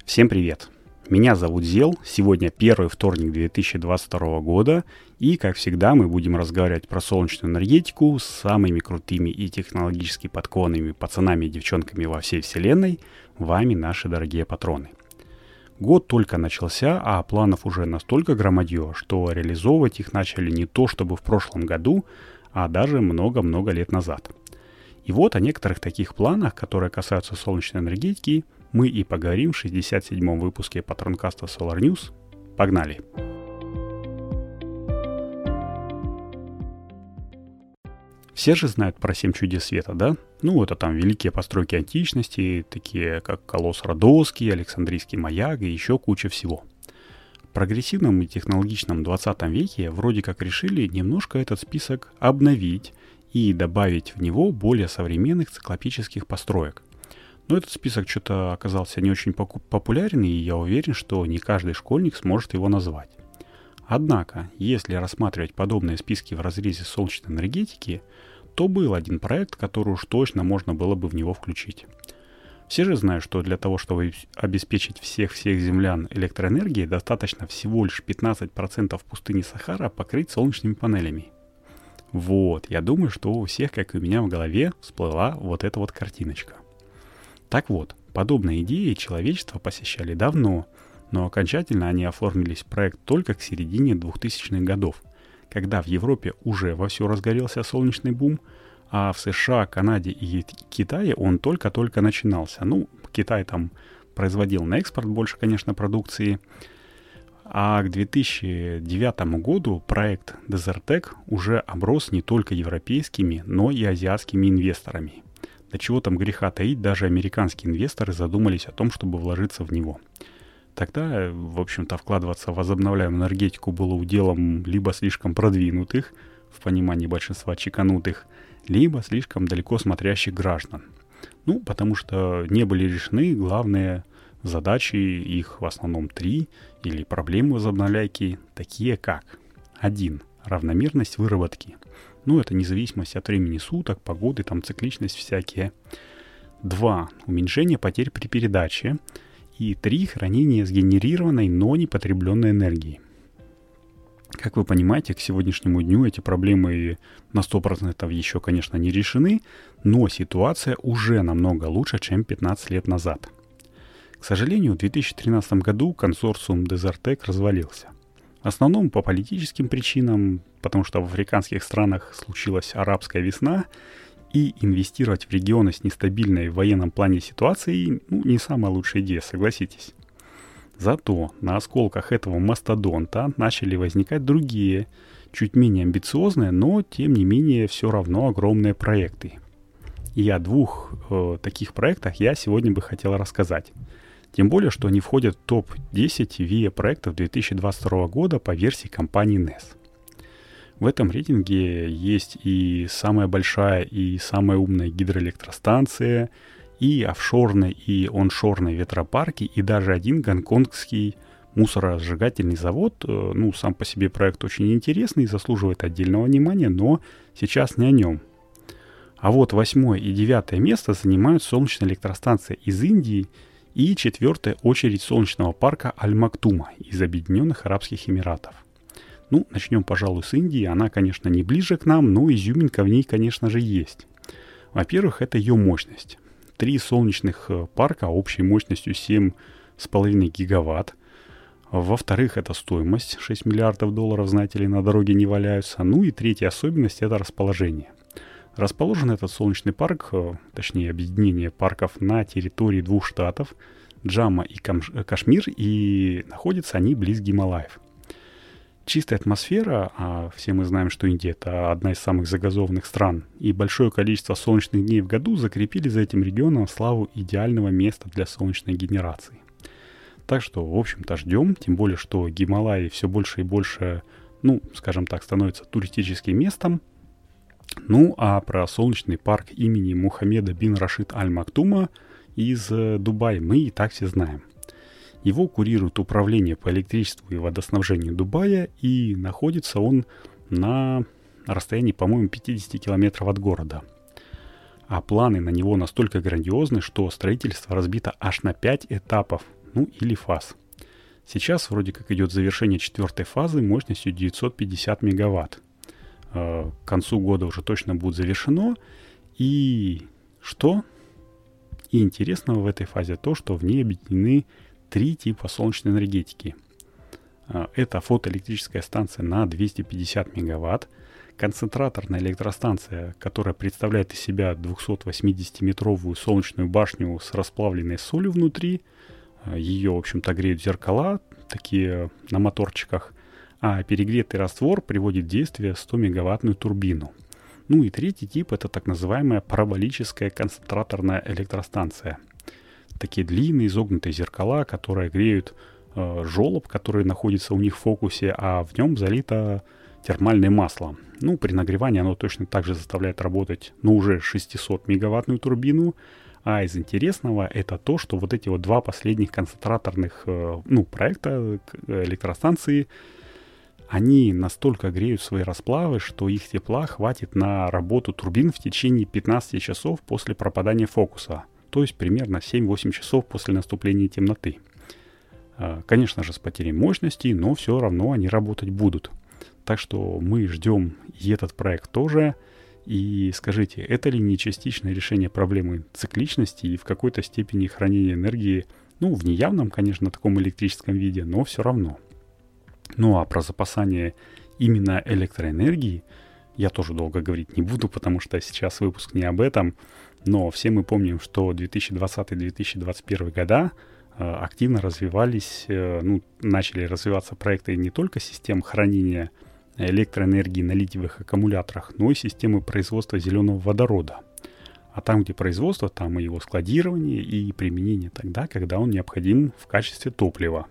Всем привет! Меня зовут Зел, сегодня первый вторник 2022 года, и, как всегда, мы будем разговаривать про солнечную энергетику с самыми крутыми и технологически подкованными пацанами и девчонками во всей вселенной, вами, наши дорогие патроны. Год только начался, а планов уже настолько громадье, что реализовывать их начали не то чтобы в прошлом году, а даже много-много лет назад. И вот о некоторых таких планах, которые касаются солнечной энергетики, мы и поговорим в 67-м выпуске Патронкаста Solar News. Погнали! Все же знают про 7 чудес света, да? Ну, это там великие постройки античности, такие как Колосс Родосский, Александрийский маяк и еще куча всего. В прогрессивном и технологичном 20 веке вроде как решили немножко этот список обновить и добавить в него более современных циклопических построек. Но этот список что-то оказался не очень популярен, и я уверен, что не каждый школьник сможет его назвать. Однако, если рассматривать подобные списки в разрезе солнечной энергетики, то был один проект, который уж точно можно было бы в него включить. Все же знают, что для того, чтобы обеспечить всех землян электроэнергией, достаточно всего лишь 15% пустыни Сахара покрыть солнечными панелями. Вот, я думаю, что у всех, как и у меня в голове, всплыла вот эта вот картиночка. Так вот, подобные идеи человечество посещали давно, но окончательно они оформились в проект только к середине 2000-х годов, когда в Европе уже вовсю разгорелся солнечный бум, а в США, Канаде и Китае он только-только начинался. Ну, Китай там производил на экспорт больше, конечно, продукции. А к 2009 году проект Desertec уже оброс не только европейскими, но и азиатскими инвесторами. До чего там греха таить, даже американские инвесторы задумались о том, чтобы вложиться в него. Тогда, в общем-то, вкладываться в возобновляемую энергетику было уделом либо слишком продвинутых, в понимании большинства чеканутых, либо слишком далеко смотрящих граждан. Ну, потому что не были решены главные задачи, их в основном 3, или проблемы возобновляйки, такие как 1. Равномерность выработки. Ну, это независимость от времени суток, погоды, там цикличность всякие. 2. Уменьшение потерь при передаче. И 3. Хранение сгенерированной, но не потребленной энергии. Как вы понимаете, к сегодняшнему дню эти проблемы на 100% еще, конечно, не решены, но ситуация уже намного лучше, чем 15 лет назад. К сожалению, в 2013 году консорциум Desertec развалился. В основном по политическим причинам, потому что в африканских странах случилась арабская весна, и инвестировать в регионы с нестабильной в военном плане ситуацией не самая лучшая идея, согласитесь. Зато на осколках этого мастодонта начали возникать другие, чуть менее амбициозные, но тем не менее все равно огромные проекты. И о двух таких проектах я сегодня бы хотел рассказать. Тем более, что они входят в топ-10 VIA-проектов 2022 года по версии компании NES. В этом рейтинге есть и самая большая, и самая умная гидроэлектростанция, и офшорные, и оншорные ветропарки, и даже один гонконгский мусоросжигательный завод. Ну, сам по себе проект очень интересный, заслуживает отдельного внимания, но сейчас не о нем. А вот 8 и 9 место занимают солнечные электростанции из Индии и 4-я очередь солнечного парка Аль-Мактума из Объединенных Арабских Эмиратов. Ну, начнем, пожалуй, с Индии. Она, конечно, не ближе к нам, но изюминка в ней, конечно же, есть. Во-первых, это ее мощность. 3 солнечных парка общей мощностью 7,5 гигаватт. Во-вторых, это стоимость. 6 миллиардов долларов, знаете ли, на дороге не валяются. Ну и третья особенность – это расположение. Расположен этот солнечный парк, точнее объединение парков, на территории 2 штатов – Джамму и Кашмир, и находятся они близ Гималаев. Чистая атмосфера, а все мы знаем, что Индия – это одна из самых загазованных стран, и большое количество солнечных дней в году закрепили за этим регионом славу идеального места для солнечной генерации. Так что, в общем-то, ждем, тем более, что Гималаи все больше и больше, скажем так, становятся туристическим местом. Ну, а про солнечный парк имени Мухаммеда бин Рашид Аль-Мактума из Дубая мы и так все знаем. Его курирует управление по электричеству и водоснабжению Дубая, и находится он на расстоянии, по-моему, 50 километров от города. А планы на него настолько грандиозны, что строительство разбито аж на 5 этапов ну или фаз. Сейчас вроде как идет завершение 4-й фазы мощностью 950 мегаватт. К концу года уже точно будет завершено. И что? И интересного в этой фазе то, что в ней объединены 3 типа солнечной энергетики. Это фотоэлектрическая станция на 250 мегаватт, концентраторная электростанция, которая представляет из себя 280-метровую солнечную башню с расплавленной солью внутри. Ее, в общем-то, греют зеркала, такие на моторчиках, а перегретый раствор приводит в действие 100-мегаваттную турбину. Ну и третий тип — это так называемая параболическая концентраторная электростанция. Такие длинные изогнутые зеркала, которые греют желоб, который находится у них в фокусе, а в нем залито термальное масло. Ну, при нагревании оно точно так же заставляет работать, уже 600-мегаваттную турбину. А из интересного это то, что вот эти вот 2 последних концентраторных проекта электростанции, они настолько греют свои расплавы, что их тепла хватит на работу турбин в течение 15 часов после пропадания фокуса. То есть примерно 7-8 часов после наступления темноты. Конечно же, с потерей мощности, но все равно они работать будут. Так что мы ждем и этот проект тоже. И скажите, это ли не частичное решение проблемы цикличности и в какой-то степени хранения энергии, в неявном, конечно, таком электрическом виде, но все равно. Ну а про запасание именно электроэнергии я тоже долго говорить не буду, потому что сейчас выпуск не об этом. Но все мы помним, что 2020-2021 года активно развивались, начали развиваться проекты не только систем хранения электроэнергии на литиевых аккумуляторах, но и системы производства зеленого водорода. А там, где производство, там и его складирование и применение тогда, когда он необходим в качестве топлива.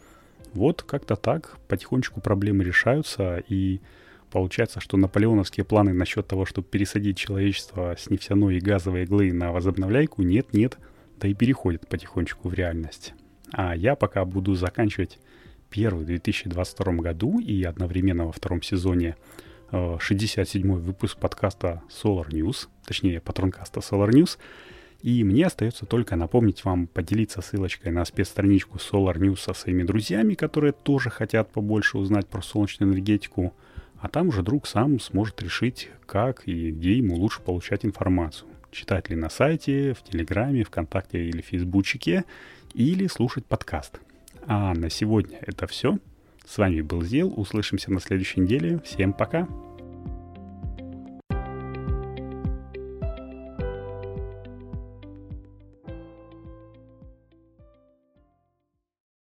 Вот как-то так потихонечку проблемы решаются, и получается, что наполеоновские планы насчет того, чтобы пересадить человечество с нефтяной и газовой иглы на возобновляйку, нет, да и переходят потихонечку в реальность. А я пока буду заканчивать первый в 2022 году и одновременно во втором сезоне 67-й выпуск подкаста Solar News, точнее патронкаста Solar News. И мне остается только напомнить вам поделиться ссылочкой на спецстраничку Solar News со своими друзьями, которые тоже хотят побольше узнать про солнечную энергетику. А там уже друг сам сможет решить, как и где ему лучше получать информацию. Читать ли на сайте, в Телеграме, ВКонтакте или Фейсбучике, или слушать подкаст. А на сегодня это все. С вами был Зел. Услышимся на следующей неделе. Всем пока.